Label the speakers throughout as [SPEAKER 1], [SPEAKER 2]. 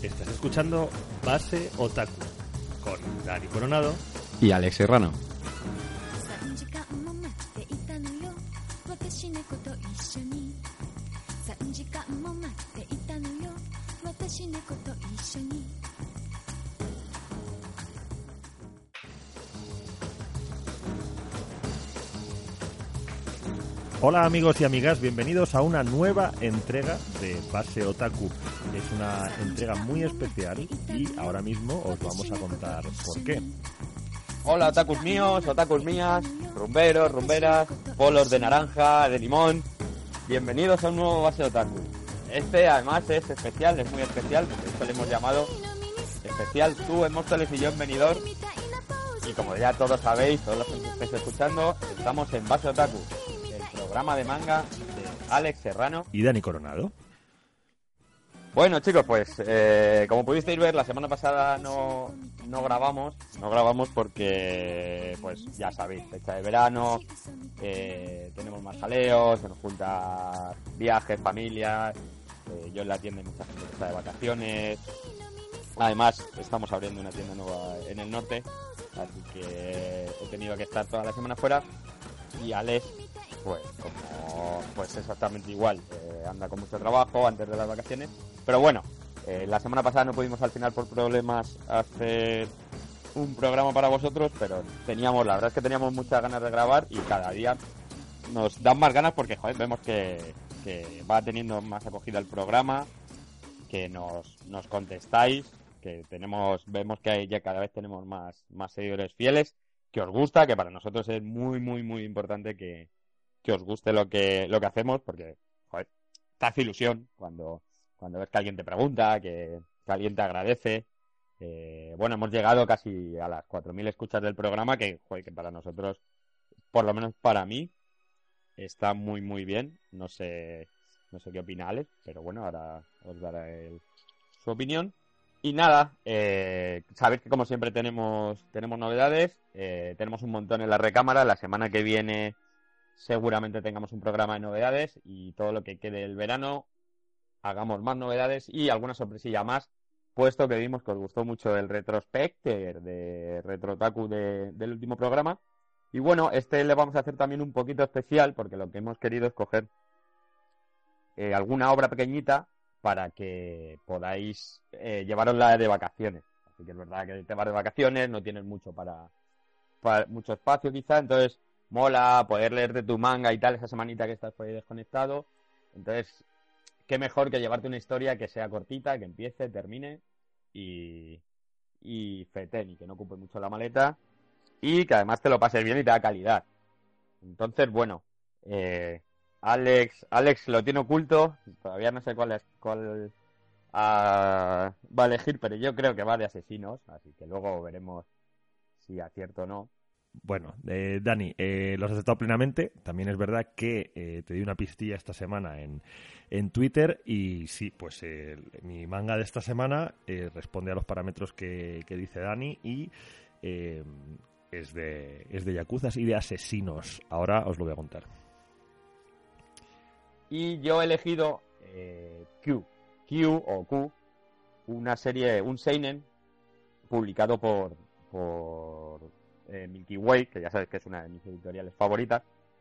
[SPEAKER 1] Estás escuchando Base Otaku con Dani Coronado
[SPEAKER 2] y Alex Serrano.
[SPEAKER 1] Hola amigos y amigas, bienvenidos a una nueva entrega de Base Otaku. Es una entrega muy especial y ahora mismo os vamos a contar por qué.
[SPEAKER 3] Hola otakus míos, otakus mías, rumberos, rumberas, polos de naranja, de limón. Bienvenidos a un nuevo Base Otaku. Este además es especial, es muy especial, porque esto le hemos llamado especial Tú, Móstoles y yo en Benidorm. Y como ya todos sabéis, todos los que estáis escuchando, estamos en Base Otaku, el programa de manga de Alex Serrano
[SPEAKER 1] y Dani Coronado.
[SPEAKER 3] Bueno chicos, pues como pudisteis ver, la semana pasada no grabamos porque, pues ya sabéis, fecha de verano, tenemos más jaleos, se nos juntan viajes, familias, yo en la tienda hay mucha gente que está de vacaciones, además estamos abriendo una tienda nueva en el norte, así que he tenido que estar toda la semana fuera y Alex, pues exactamente igual, anda con mucho trabajo antes de las vacaciones, pero bueno, la semana pasada no pudimos al final por problemas hacer un programa para vosotros, pero la verdad es que teníamos muchas ganas de grabar y cada día nos dan más ganas porque, joder, vemos que va teniendo más acogida el programa, que nos contestáis, que vemos que ya cada vez tenemos más seguidores fieles, que os gusta, que para nosotros es muy, muy, muy importante que os guste lo que hacemos, porque, joder, te hace ilusión cuando ves que alguien te pregunta, que alguien te agradece. Bueno, hemos llegado casi a las 4.000 escuchas del programa, que, joder, que para nosotros, por lo menos para mí, está muy, muy bien. No sé qué opina Alex, pero bueno, ahora os dará su opinión. Y nada, sabéis que como siempre tenemos novedades, tenemos un montón en la recámara. La semana que viene seguramente tengamos un programa de novedades y todo lo que quede del verano hagamos más novedades y alguna sorpresilla más, puesto que vimos que os gustó mucho el retrospecto de Retro Otaku del último programa. Y bueno, le vamos a hacer también un poquito especial porque lo que hemos querido es coger alguna obra pequeñita para que podáis llevarosla de vacaciones. Así que es verdad que te vas de vacaciones, no tienes mucho para mucho espacio quizá, entonces mola poder leerte tu manga y tal esa semanita que estás por ahí desconectado. Entonces, qué mejor que llevarte una historia que sea cortita, que empiece, termine y fetén y que no ocupe mucho la maleta y que además te lo pases bien y te da calidad. Entonces, bueno, Alex lo tiene oculto, todavía no sé cuál va a elegir, pero yo creo que va de asesinos, así que luego veremos si acierto o no.
[SPEAKER 1] Bueno, Dani, lo has aceptado plenamente. También es verdad que te di una pistilla esta semana en Twitter y sí, pues mi manga de esta semana responde a los parámetros que dice Dani y es de yakuzas y de asesinos. Ahora os lo voy a contar.
[SPEAKER 3] Y yo he elegido Q o Q, una serie, un seinen publicado por Milky Way, que ya sabes que es una de mis editoriales favoritas,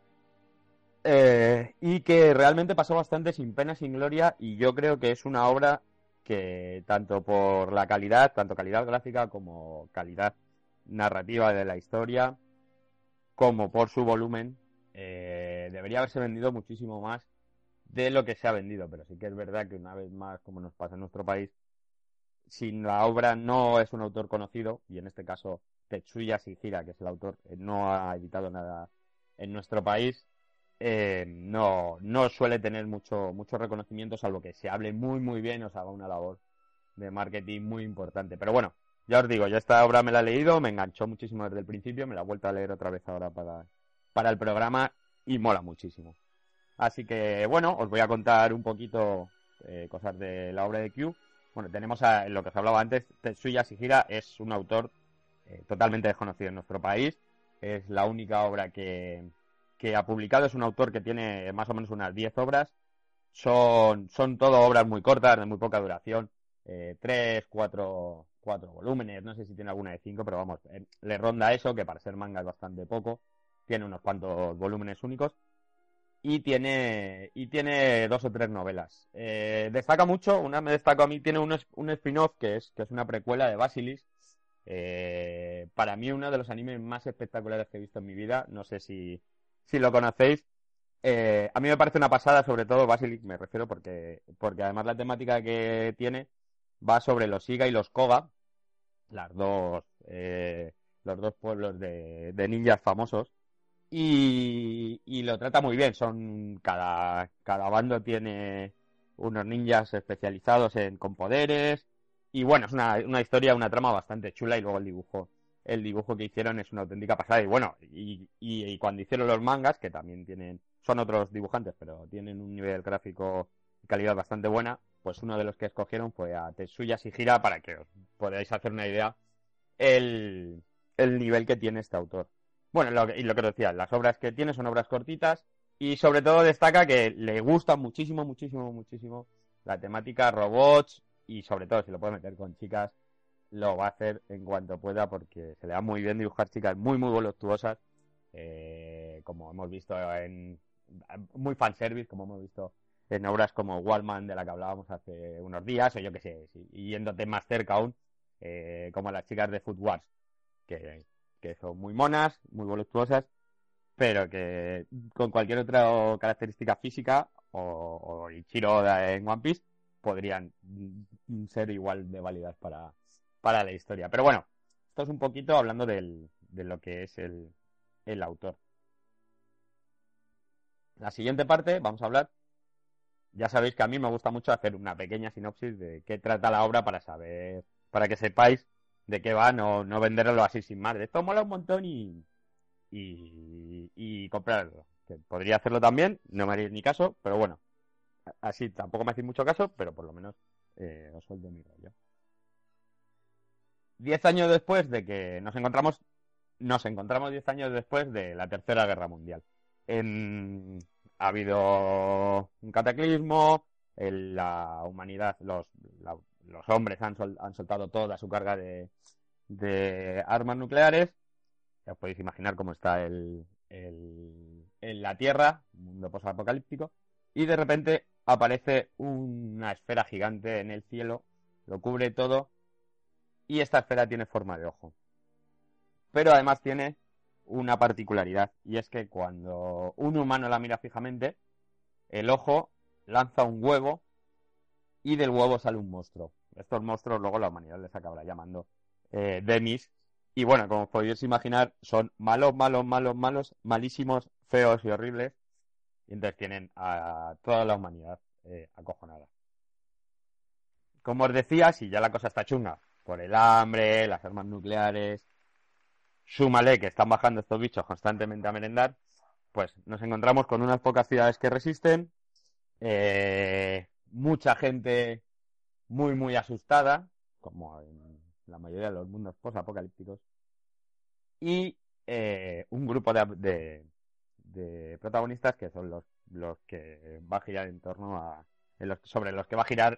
[SPEAKER 3] y que realmente pasó bastante sin pena, sin gloria, y yo creo que es una obra que tanto por la calidad, tanto calidad gráfica como calidad narrativa de la historia, como por su volumen, debería haberse vendido muchísimo más de lo que se ha vendido, pero sí que es verdad que una vez más, como nos pasa en nuestro país, si la obra no es un autor conocido, y en este caso Tetsuya Shihira, que es el autor, no ha editado nada en nuestro país, no suele tener mucho reconocimiento, salvo que se hable muy muy bien o se haga una labor de marketing muy importante. Pero bueno, ya os digo, yo esta obra me la he leído, me enganchó muchísimo desde el principio, me la he vuelto a leer otra vez ahora para el programa y mola muchísimo. Así que bueno, os voy a contar un poquito cosas de la obra de Q. Bueno, tenemos lo que os hablaba antes, Tetsuya Shihira es un autor totalmente desconocido en nuestro país. Es la única obra que ha publicado. Es un autor que tiene más o menos unas 10 obras. Son todo obras muy cortas, de muy poca duración. 3, 4 volúmenes, no sé si tiene alguna de 5, pero vamos, le ronda eso, que para ser manga es bastante poco. Tiene unos cuantos volúmenes únicos y tiene 2 o 3 novelas. Destaca mucho, una me destaca a mí, tiene un spin-off que es una precuela de Basilisk. Para mí uno de los animes más espectaculares que he visto en mi vida, no sé si lo conocéis. A mí me parece una pasada, sobre todo Basilisk, me refiero, porque además la temática que tiene va sobre los Iga y los Koga, las dos, los dos pueblos de ninjas famosos, y lo trata muy bien. Cada bando tiene unos ninjas especializados con poderes, y bueno, es una historia, una trama bastante chula, y luego el dibujo que hicieron es una auténtica pasada. Y bueno, y cuando hicieron los mangas, que también son otros dibujantes, pero tienen un nivel gráfico y calidad bastante buena, pues uno de los que escogieron fue a Tetsuya Shihira, para que os podáis hacer una idea el, el nivel que tiene este autor. Bueno, y lo que os decía, las obras que tiene son obras cortitas, y sobre todo destaca que le gusta muchísimo, muchísimo, muchísimo la temática robots, y sobre todo si lo puede meter con chicas, lo va a hacer en cuanto pueda, porque se le da muy bien dibujar chicas muy, muy voluptuosas, como hemos visto muy fanservice, como hemos visto en obras como Wallman, de la que hablábamos hace unos días, o yo que sé, y yéndote más cerca aún, como las chicas de Food Wars, que son muy monas, muy voluptuosas, pero que con cualquier otra característica física, o Ichiro en One Piece, podrían ser igual de válidas para la historia. Pero bueno, esto es un poquito hablando de lo que es el autor. La siguiente parte, vamos a hablar. Ya sabéis que a mí me gusta mucho hacer una pequeña sinopsis de qué trata la obra, para que sepáis de qué va, no venderlo así sin madre. Esto mola un montón y comprarlo. Que podría hacerlo también, no me haréis ni caso, pero bueno, así tampoco me hacéis mucho caso, pero por lo menos os suelto mi rollo. 10 años después de que nos encontramos 10 años después de la Tercera Guerra Mundial. Ha habido un cataclismo, la humanidad, los hombres han soltado toda su carga de armas nucleares. Ya os podéis imaginar cómo está en la Tierra, un mundo posapocalíptico, y de repente aparece una esfera gigante en el cielo, lo cubre todo, y esta esfera tiene forma de ojo. Pero además tiene una particularidad, y es que cuando un humano la mira fijamente, el ojo lanza un huevo, y del huevo sale un monstruo. Estos monstruos luego la humanidad les acabará llamando Demis. Y bueno, como podéis imaginar, son malos, malos, malos, malos, malísimos, feos y horribles. Y entonces tienen a toda la humanidad acojonada. Como os decía, si ya la cosa está chunga por el hambre, las armas nucleares, súmale que están bajando estos bichos constantemente a merendar, pues nos encontramos con unas pocas ciudades que resisten, mucha gente muy, muy asustada, como en la mayoría de los mundos post-apocalípticos, y un grupo de protagonistas que son los que va a girar sobre los que va a girar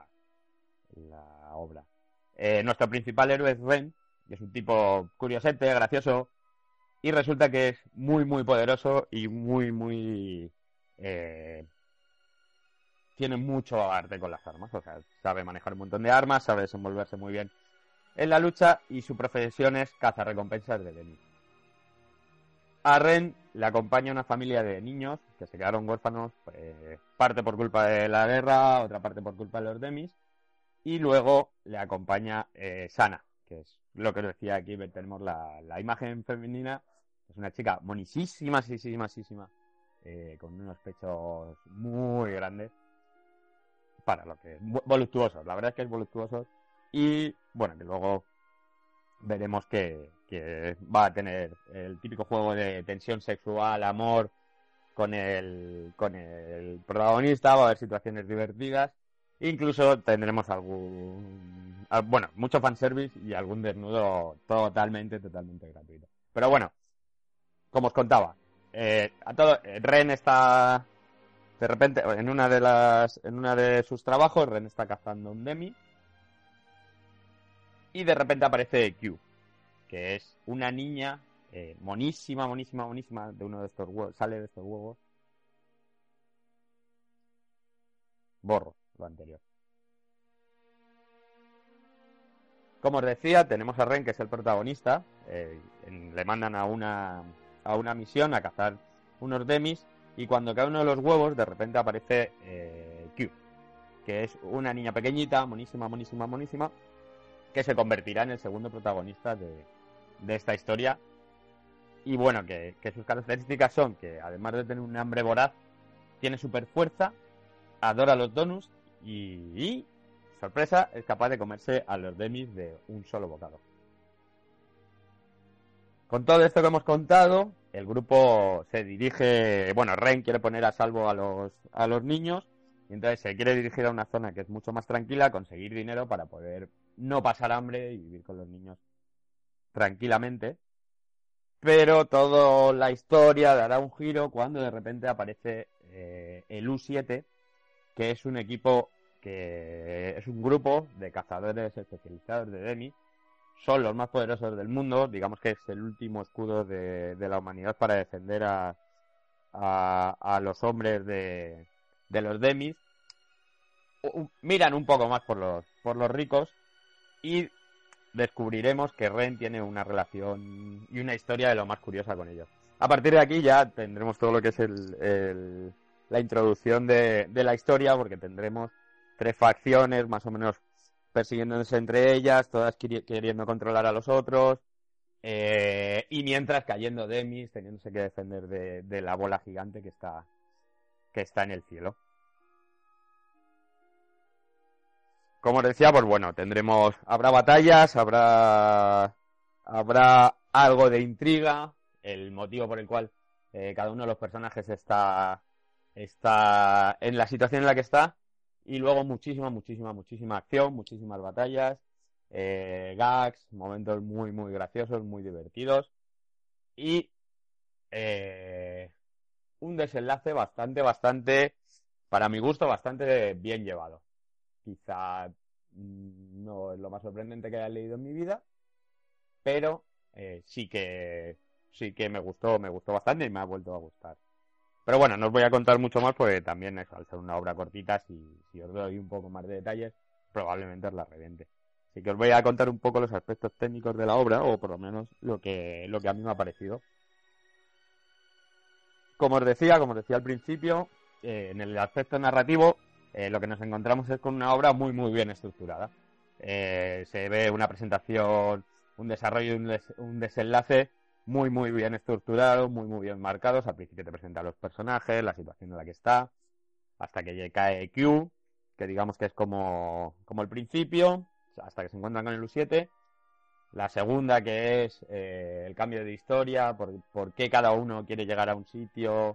[SPEAKER 3] la obra. Nuestro principal héroe es Ren, que es un tipo curiosete, gracioso, y resulta que es muy, muy poderoso y muy, muy... tiene mucho arte con las armas, o sea, sabe manejar un montón de armas, sabe desenvolverse muy bien en la lucha, y su profesión es cazarrecompensas de Demis. A Ren le acompaña una familia de niños que se quedaron huérfanos, parte por culpa de la guerra, otra parte por culpa de los Demis, y luego le acompaña Sana, que es lo que os decía aquí. Tenemos la imagen femenina, es una chica monisísima, con unos pechos muy grandes, para lo que es voluptuosos, la verdad es que es voluptuoso, y bueno, que luego veremos que va a tener el típico juego de tensión sexual, amor con el protagonista, va a haber situaciones divertidas, incluso tendremos mucho fanservice y algún desnudo totalmente gratuito. Pero bueno, como os contaba, Ren está de repente en una de sus trabajos, Ren está cazando un Demi, y de repente aparece Q, que es una niña monísima, de uno de estos huevos, sale de estos huevos. Borro lo anterior. Como os decía, tenemos a Ren, que es el protagonista. Le mandan a una misión a cazar unos demis, y cuando cae uno de los huevos, de repente aparece Q, que es una niña pequeñita, monísima, que se convertirá en el segundo protagonista de esta historia. Y bueno, que sus características son que, además de tener un hambre voraz, tiene super fuerza, adora los donuts y sorpresa, es capaz de comerse a los demis de un solo bocado. Con todo esto que hemos contado, el grupo se dirige... Bueno, Ren quiere poner a salvo a los niños, y entonces se quiere dirigir a una zona que es mucho más tranquila, conseguir dinero para poder no pasar hambre y vivir con los niños tranquilamente. Pero toda la historia dará un giro cuando de repente aparece el U7, que es un equipo que es un grupo de cazadores especializados de Demi. Son los más poderosos del mundo, digamos que es el último escudo de la humanidad para defender a los hombres de los Demis. Miran un poco más por los ricos, y descubriremos que Ren tiene una relación y una historia de lo más curiosa con ellos. A partir de aquí ya tendremos todo lo que es la introducción de la historia, porque tendremos 3 facciones más o menos persiguiéndose entre ellas, todas queriendo controlar a los otros, y mientras cayendo Demis, teniéndose que defender de la bola gigante que está en el cielo. Como os decía, pues bueno, habrá batallas, habrá algo de intriga, el motivo por el cual cada uno de los personajes está en la situación en la que está, y luego muchísima acción, muchísimas batallas, gags, momentos muy, muy graciosos, muy divertidos, y un desenlace bastante, para mi gusto, bastante bien llevado. Quizá no es lo más sorprendente que haya leído en mi vida, pero sí que me gustó bastante y me ha vuelto a gustar. Pero bueno, no os voy a contar mucho más, porque también al ser una obra cortita, si os doy un poco más de detalles, probablemente os la reviente. Así que os voy a contar un poco los aspectos técnicos de la obra, o por lo menos lo que a mí me ha parecido. Como os decía al principio, en el aspecto narrativo, lo que nos encontramos es con una obra muy, muy bien estructurada. Se ve una presentación, un desarrollo y un desenlace muy, muy bien estructurado, muy, muy bien marcados. Al principio te presenta a los personajes, la situación en la que está, hasta que cae Q, que digamos que es como el principio, hasta que se encuentran con el U7. La segunda, que es el cambio de historia, por qué cada uno quiere llegar a un sitio,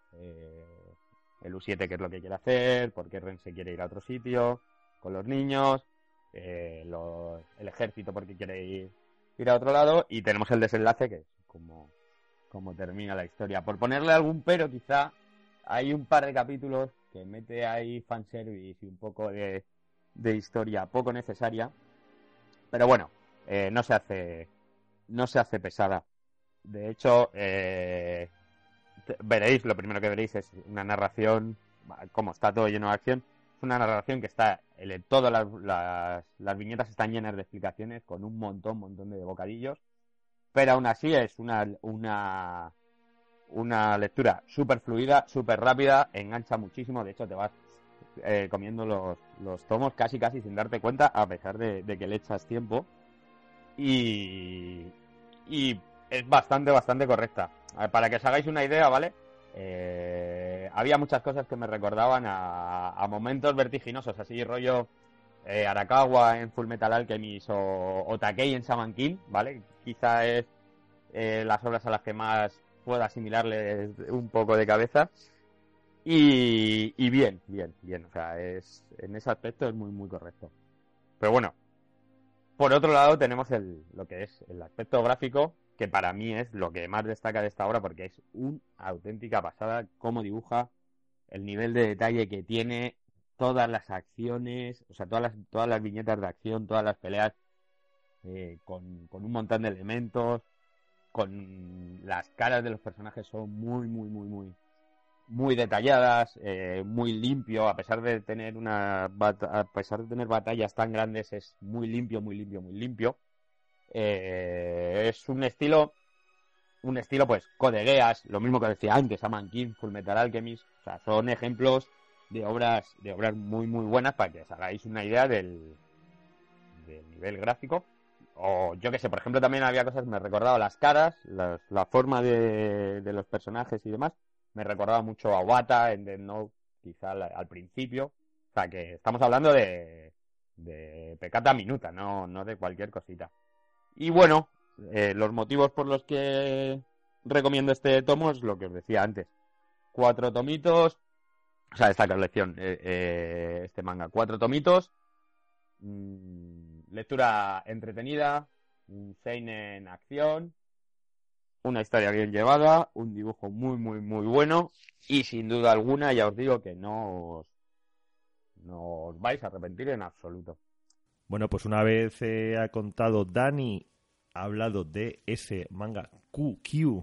[SPEAKER 3] el U7 qué es lo que quiere hacer, por qué Ren se quiere ir a otro sitio con los niños, el ejército porque quiere ir a otro lado, y tenemos el desenlace, que es como termina la historia. Por ponerle algún pero, quizá hay un par de capítulos que mete ahí fanservice y un poco de historia poco necesaria, pero bueno, no se hace pesada. De hecho, veréis, lo primero que veréis es una narración, como está todo lleno de acción, es una narración que está, todas las viñetas están llenas de explicaciones, con un montón de bocadillos, pero aún así es una lectura súper fluida, súper rápida, engancha muchísimo. De hecho te vas comiendo los tomos casi sin darte cuenta, a pesar de que le echas tiempo, y es bastante correcta. Para que os hagáis una idea, ¿vale? Había muchas cosas que me recordaban a momentos vertiginosos, así rollo Arakawa en Fullmetal Alchemist o Takei en Shaman King, ¿vale? Quizá es las obras a las que más puedo asimilarle un poco de cabeza. Y bien. O sea, en ese aspecto es muy, muy correcto. Pero bueno, por otro lado tenemos lo que es el aspecto gráfico, que para mí es lo que más destaca de esta obra, porque es una auténtica pasada cómo dibuja, el nivel de detalle que tiene, todas las acciones, o sea, todas las viñetas de acción, todas las peleas, con un montón de elementos, con las caras de los personajes son muy detalladas, muy limpio, a pesar de tener batallas tan grandes, es muy limpio. Es un estilo pues Code Geass, lo mismo que decía antes, Shaman King, Fullmetal Alchemist, o sea, son ejemplos de obras muy buenas para que os hagáis una idea del nivel gráfico. O yo que sé, por ejemplo, también había cosas, me recordaba las caras, la forma de los personajes y demás, me recordaba mucho a Wata en Death Note, quizá al principio. O sea, que estamos hablando de peccata minuta, no de cualquier cosita. Y bueno, los motivos por los que recomiendo este tomo es lo que os decía antes. 4 tomitos, o sea, esta colección, este manga, 4 tomitos, lectura entretenida, un seinen acción, una historia bien llevada, un dibujo muy bueno y sin duda alguna ya os digo que no os vais a arrepentir en absoluto.
[SPEAKER 1] Bueno, pues una vez ha contado Dani, ha hablado de ese manga QQ,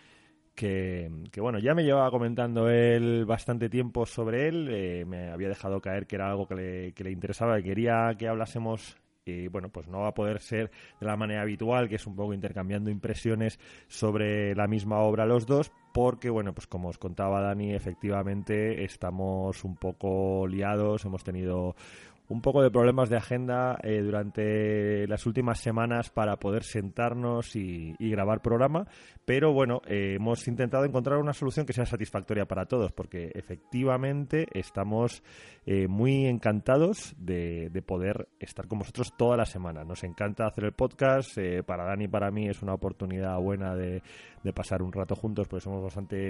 [SPEAKER 1] que bueno, ya me llevaba comentando él bastante tiempo sobre él, me había dejado caer que era algo que le interesaba, que quería que hablásemos. Y bueno, pues no va a poder ser de la manera habitual, que es un poco intercambiando impresiones sobre la misma obra los dos, porque bueno, pues como os contaba Dani, efectivamente estamos un poco liados, hemos tenido un poco de problemas de agenda durante las últimas semanas para poder sentarnos y grabar programa, pero bueno, hemos intentado encontrar una solución que sea satisfactoria para todos, porque efectivamente estamos muy encantados de poder estar con vosotros toda la semana. Nos encanta hacer el podcast, para Dani y para mí es una oportunidad buena de pasar un rato juntos, porque somos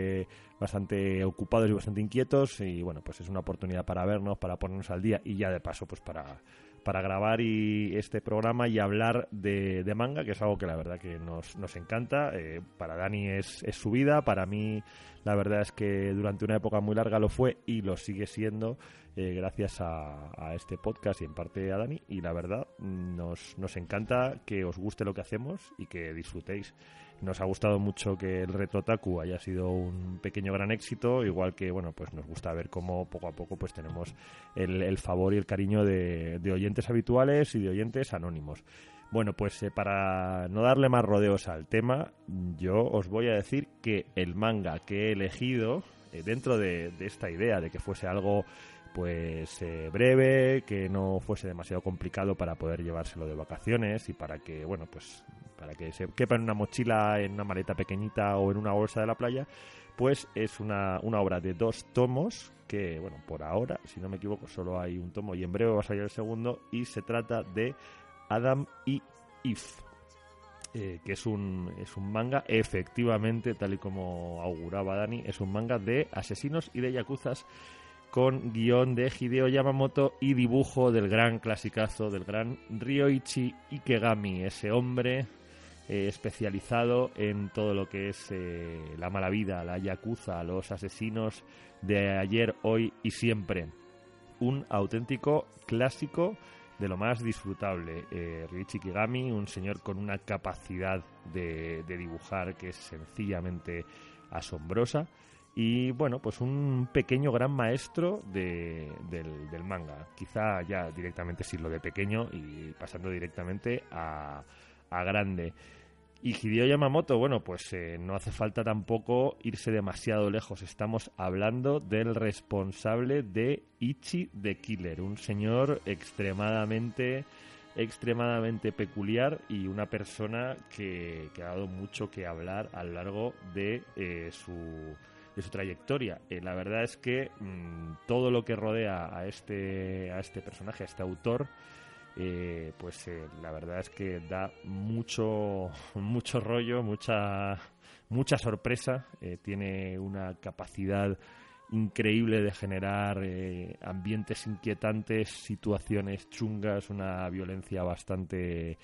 [SPEAKER 1] bastante ocupados y bastante inquietos, y bueno, pues es una oportunidad para vernos, para ponernos al día y ya de paso pues para grabar este programa y hablar de manga, que es algo que la verdad que nos encanta. Para Dani es su vida, para mí la verdad es que durante una época muy larga lo fue y lo sigue siendo, gracias a este podcast y en parte a Dani, y la verdad nos encanta que os guste lo que hacemos y que disfrutéis. Nos ha gustado mucho que el Retro Otaku haya sido un pequeño gran éxito, igual que bueno, pues nos gusta ver cómo poco a poco pues tenemos el favor y el cariño de oyentes habituales y de oyentes anónimos. Bueno, pues para no darle más rodeos al tema, yo os voy a decir que el manga que he elegido, dentro de esta idea de que fuese algo pues breve, que no fuese demasiado complicado para poder llevárselo de vacaciones y para que, bueno, pues para que se quepa en una mochila, en una maleta pequeñita o en una bolsa de la playa, pues es una obra de 2 tomos que, bueno, por ahora, si no me equivoco, solo hay un tomo y en breve va a salir el segundo, y se trata de Adam y Eve, que es un manga, efectivamente, tal y como auguraba Dani, es un manga de asesinos y de yakuzas, con guión de Hideo Yamamoto y dibujo del gran clasicazo, del gran Ryoichi Ikegami, ese hombre especializado en todo lo que es la mala vida, la yakuza, los asesinos de ayer, hoy y siempre. Un auténtico clásico de lo más disfrutable. Ryoichi Ikegami, un señor con una capacidad de dibujar que es sencillamente asombrosa. Y bueno, pues un pequeño gran maestro del manga. Quizá ya directamente sin lo de pequeño y pasando directamente a grande. Y Hideo Yamamoto, bueno, pues no hace falta tampoco irse demasiado lejos. Estamos hablando del responsable de Ichi the Killer, un señor extremadamente peculiar y una persona que ha dado mucho que hablar a lo largo de su trayectoria. La verdad es que todo lo que rodea a este personaje, a este autor, pues la verdad es que da mucho rollo, mucha sorpresa. Tiene una capacidad increíble de generar ambientes inquietantes, situaciones chungas, una violencia bastante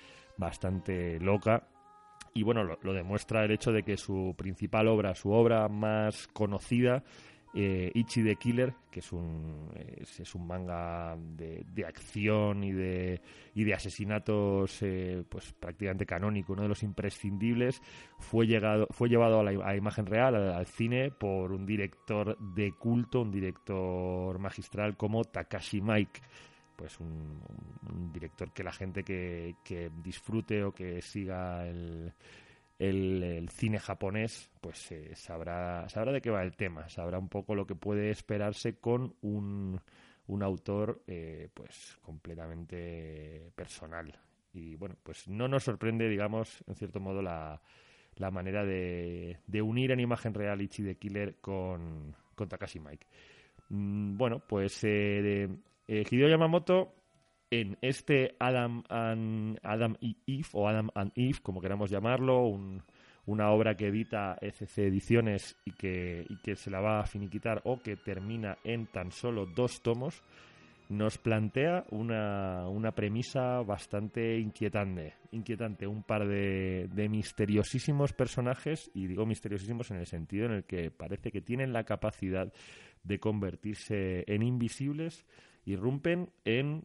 [SPEAKER 1] loca. Y bueno, lo demuestra el hecho de que su principal obra, su obra más conocida, Ichi the Killer, que es un manga de acción y de asesinatos, pues prácticamente canónico, uno de los imprescindibles, fue llevado a la imagen real, al cine, por un director de culto, un director magistral como Takashi Miike. Pues un director que la gente que disfrute o que siga el cine japonés, pues sabrá de qué va el tema, sabrá un poco lo que puede esperarse con un autor pues completamente personal. Y bueno, pues no nos sorprende, digamos, en cierto modo la manera de unir en imagen real Ichi the Killer con Takashi Miike. Bueno, pues Hideo Yamamoto, en este Adam y Eve, o Adam and Eve, como queramos llamarlo, una obra que edita ECC Ediciones y que se la va a finiquitar, o que termina en tan solo 2 tomos, nos plantea una premisa bastante inquietante. Un par de misteriosísimos personajes, y digo misteriosísimos en el sentido en el que parece que tienen la capacidad de convertirse en invisibles, irrumpen en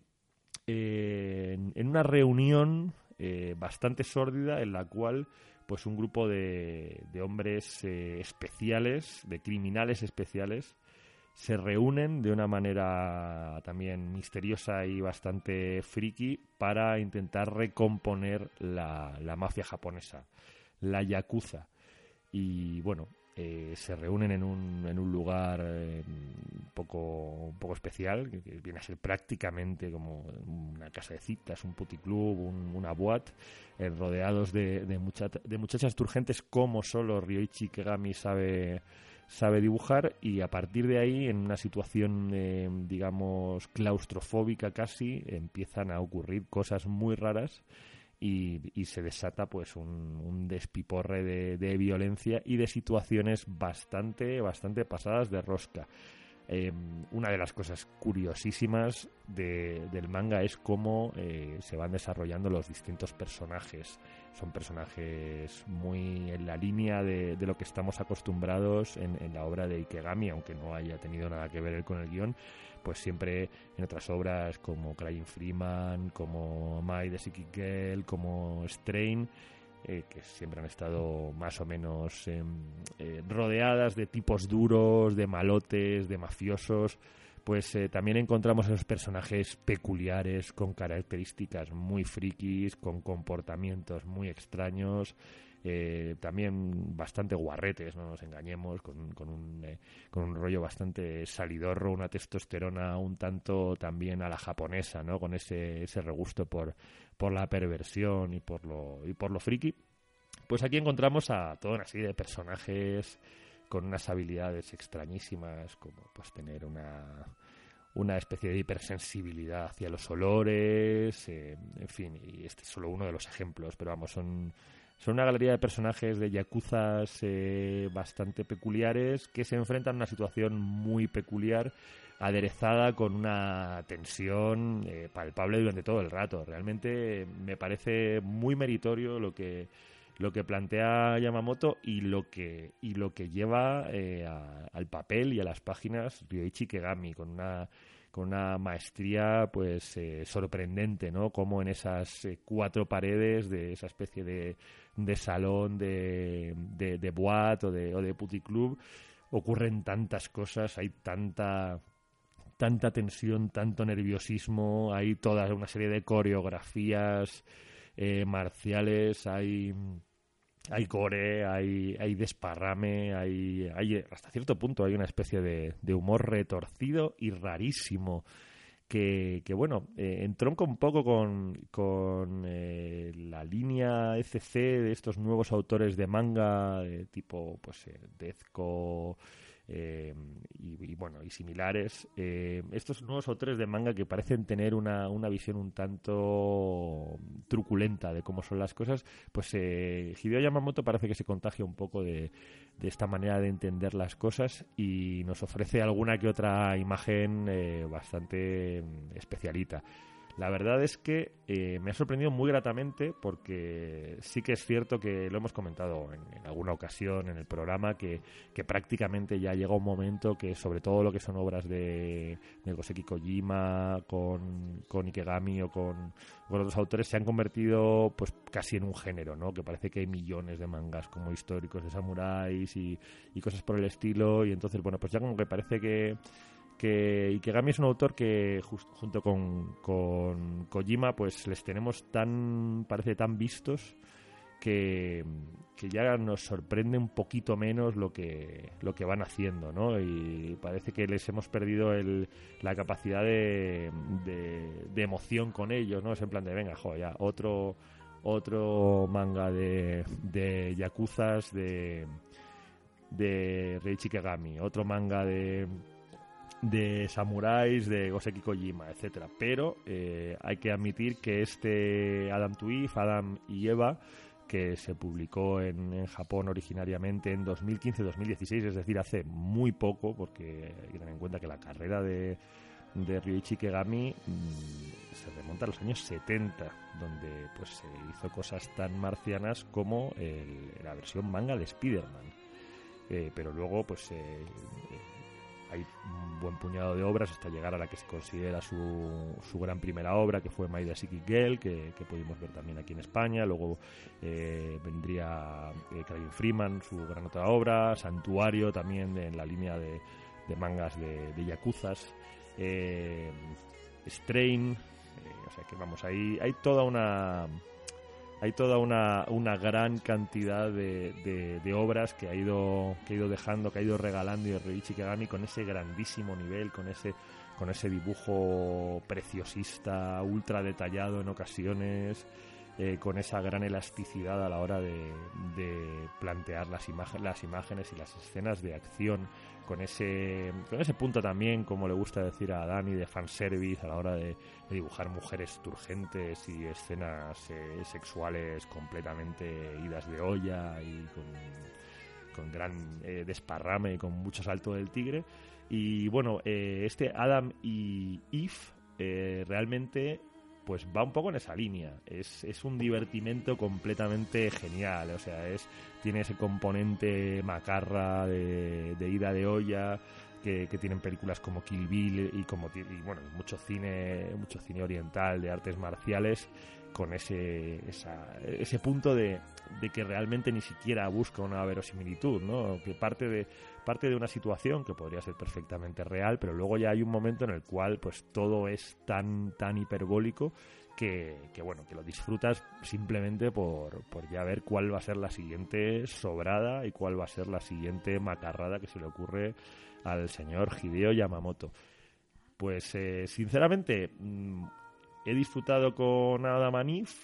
[SPEAKER 1] una reunión bastante sórdida, en la cual pues un grupo de hombres especiales, de criminales especiales, se reúnen de una manera también misteriosa y bastante friki para intentar recomponer la mafia japonesa, la yakuza. Y bueno, se reúnen en un lugar un poco especial, que viene a ser prácticamente como una casa de citas, un puticlub, una boate, rodeados de muchachas turgentes, como solo Ryoichi Kegami sabe dibujar, y a partir de ahí, en una situación digamos claustrofóbica casi, empiezan a ocurrir cosas muy raras. Y se desata pues un despiporre de violencia y de situaciones bastante pasadas de rosca. Una de las cosas curiosísimas del manga es cómo se van desarrollando los distintos personajes. Son personajes muy en la línea de lo que estamos acostumbrados en la obra de Ikegami, aunque no haya tenido nada que ver él con el guión. Pues siempre en otras obras como Crying Freeman, como Mai de Psychic Girl, como Strain, que siempre han estado más o menos rodeadas de tipos duros, de malotes, de mafiosos. Pues también encontramos esos personajes peculiares, con características muy frikis, con comportamientos muy extraños, también bastante guarretes, no nos engañemos, con un rollo bastante salidorro, una testosterona un tanto también a la japonesa, ¿no? Con ese regusto por la perversión y por lo friki. Pues aquí encontramos a toda una serie de personajes con unas habilidades extrañísimas, como pues tener una especie de hipersensibilidad hacia los olores, en fin, y este es solo uno de los ejemplos, pero vamos, son una galería de personajes de yakuzas bastante peculiares, que se enfrentan a una situación muy peculiar, aderezada con una tensión palpable durante todo el rato. Realmente me parece muy meritorio lo que plantea Yamamoto y lo que lleva al papel y a las páginas Ryoichi Kegami, con una maestría pues sorprendente, ¿no? Como en esas 4 paredes de esa especie de salón de boate o de puticlub ocurren tantas cosas, hay tanta tensión, tanto nerviosismo, hay toda una serie de coreografías marciales, hay gore, hay desparrame, hay hasta cierto punto hay una especie de humor retorcido y rarísimo que bueno, entronca un poco con la línea ECC de estos nuevos autores de manga tipo pues Dezco y bueno, y similares. Estos nuevos autores de manga que parecen tener una visión un tanto truculenta de cómo son las cosas, pues Hideo Yamamoto parece que se contagia un poco de esta manera de entender las cosas y nos ofrece alguna que otra imagen bastante especialita. La verdad es que me ha sorprendido muy gratamente porque sí que es cierto que lo hemos comentado en alguna ocasión en el programa que prácticamente ya llega un momento que sobre todo lo que son obras de Goseki Kojima con Ikegami o con otros autores se han convertido pues casi en un género, ¿no? Que parece que hay millones de mangas como históricos de samuráis y cosas por el estilo y entonces bueno pues ya como que parece que Ikegami es un autor que junto con Kojima pues les tenemos parece tan vistos que ya nos sorprende un poquito menos lo que van haciendo, ¿no? Y parece que les hemos perdido la capacidad de emoción con ellos, ¿no? Es en plan de venga, joder, ya otro manga de yakuzas de Reiichi Ikegami, otro manga de samuráis de Goseki Kojima, etcétera. Pero hay que admitir que Adam to Eve, Adam y Eva, que se publicó en Japón originariamente en 2015-2016, es decir, hace muy poco, porque hay que tener en cuenta que la carrera de Ryuichi Ikegami se remonta a los años 70, donde pues se hizo cosas tan marcianas como la versión manga de Spider-Man. Pero luego pues hay un buen puñado de obras hasta llegar a la que se considera su gran primera obra, que fue Maida Psychic Girl, que pudimos ver también aquí en España. Luego vendría Craig Freeman, su gran otra obra, Santuario también en la línea de mangas de yakuzas, Strain, o sea que vamos, hay toda una gran cantidad de obras que ha ido dejando, que ha ido regalando Ryuichi Ikegami con ese grandísimo nivel, con ese dibujo preciosista, ultra detallado en ocasiones, con esa gran elasticidad a la hora de plantear las imágenes y las escenas de acción, con ese punto también, como le gusta decir a Dani, de fanservice a la hora de dibujar mujeres turgentes y escenas sexuales completamente idas de olla y con gran desparrame y con mucho salto del tigre. Y bueno, Adam y Eve realmente pues va un poco en esa línea. Es un divertimento completamente genial, o sea, tiene ese componente macarra de ida de olla que tienen películas como Kill Bill y bueno, mucho cine oriental de artes marciales, con ese punto de que realmente ni siquiera busca una verosimilitud, ¿no? Que parte de una situación que podría ser perfectamente real, pero luego ya hay un momento en el cual pues todo es tan hiperbólico que bueno, que lo disfrutas simplemente por ya ver cuál va a ser la siguiente sobrada y cuál va a ser la siguiente macarrada que se le ocurre al señor Hideo Yamamoto. Pues sinceramente he disfrutado con Adam and Eve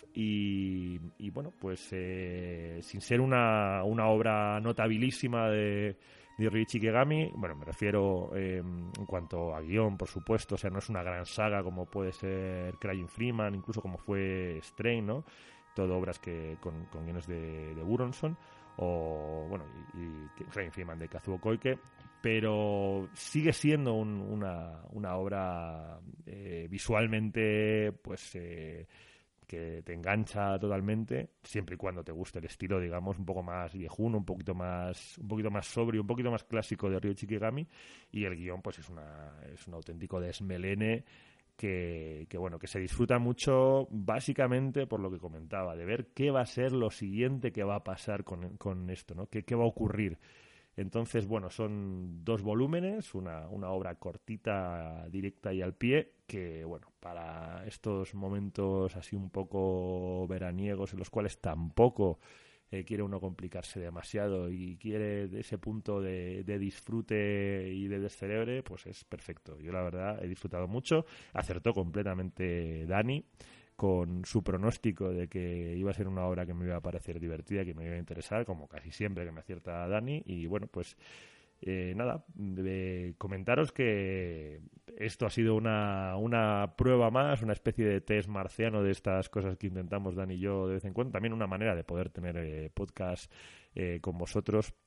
[SPEAKER 1] y bueno, pues sin ser una obra notabilísima de Ryuichi Ikegami, bueno, me refiero en cuanto a guión, por supuesto, o sea, no es una gran saga como puede ser Crying Freeman, incluso como fue Strain, ¿no? Todo obras con guiones de Buronson, o bueno, y Crying Freeman de Kazuo Koike, pero sigue siendo una obra visualmente pues que te engancha totalmente, siempre y cuando te guste el estilo, digamos, un poco más viejuno, un poquito más sobrio, un poquito más clásico de Ryuichi Ikegami, y el guión pues es un auténtico desmelene que bueno, que se disfruta mucho básicamente por lo que comentaba, de ver qué va a ser lo siguiente que va a pasar con esto, ¿no? ¿Qué va a ocurrir? Entonces, bueno, son 2 volúmenes, una obra cortita, directa y al pie, que, bueno, para estos momentos así un poco veraniegos en los cuales tampoco quiere uno complicarse demasiado y quiere ese punto de disfrute y de descerebre, pues es perfecto. Yo, la verdad, he disfrutado mucho. Acertó completamente Dani con su pronóstico de que iba a ser una obra que me iba a parecer divertida, que me iba a interesar, como casi siempre que me acierta Dani. Y bueno, pues nada, comentaros que esto ha sido una prueba más, una especie de test marciano de estas cosas que intentamos Dani y yo de vez en cuando. También una manera de poder tener podcast con vosotros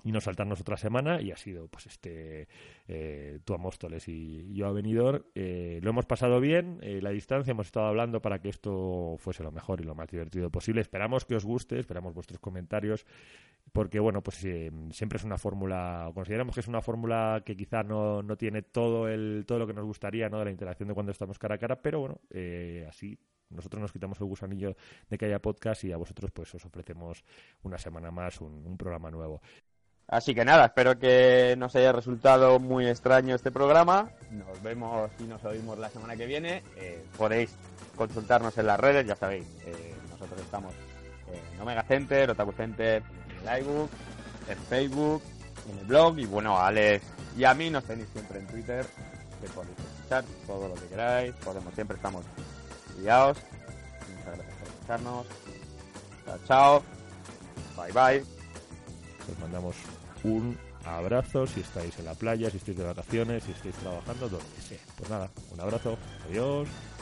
[SPEAKER 1] y no saltarnos otra semana, y ha sido pues tú a Móstoles y yo a Benidorm. Lo hemos pasado bien, la distancia, hemos estado hablando para que esto fuese lo mejor y lo más divertido posible. Esperamos que os guste, esperamos vuestros comentarios, porque bueno, pues siempre es una fórmula, consideramos que es una fórmula que quizá no tiene todo lo que nos gustaría, ¿no?, de la interacción de cuando estamos cara a cara, pero bueno, así nosotros nos quitamos el gusanillo de que haya podcast y a vosotros pues os ofrecemos una semana más un programa nuevo.
[SPEAKER 3] Así que nada, espero que nos haya resultado muy extraño este programa. Nos vemos y nos oímos la semana que viene. Podéis consultarnos en las redes, ya sabéis. Nosotros estamos en Omega Center, Otaku Center, en el iBook, en Facebook, en el blog. Y bueno, a Alex y a mí nos tenéis siempre en Twitter, que podéis escuchar todo lo que queráis. Siempre estamos liados. Muchas gracias por escucharnos. Chao, chao. Bye, bye.
[SPEAKER 1] Os mandamos un abrazo si estáis en la playa, si estáis de vacaciones, si estáis trabajando, donde sea. Pues nada, un abrazo, adiós.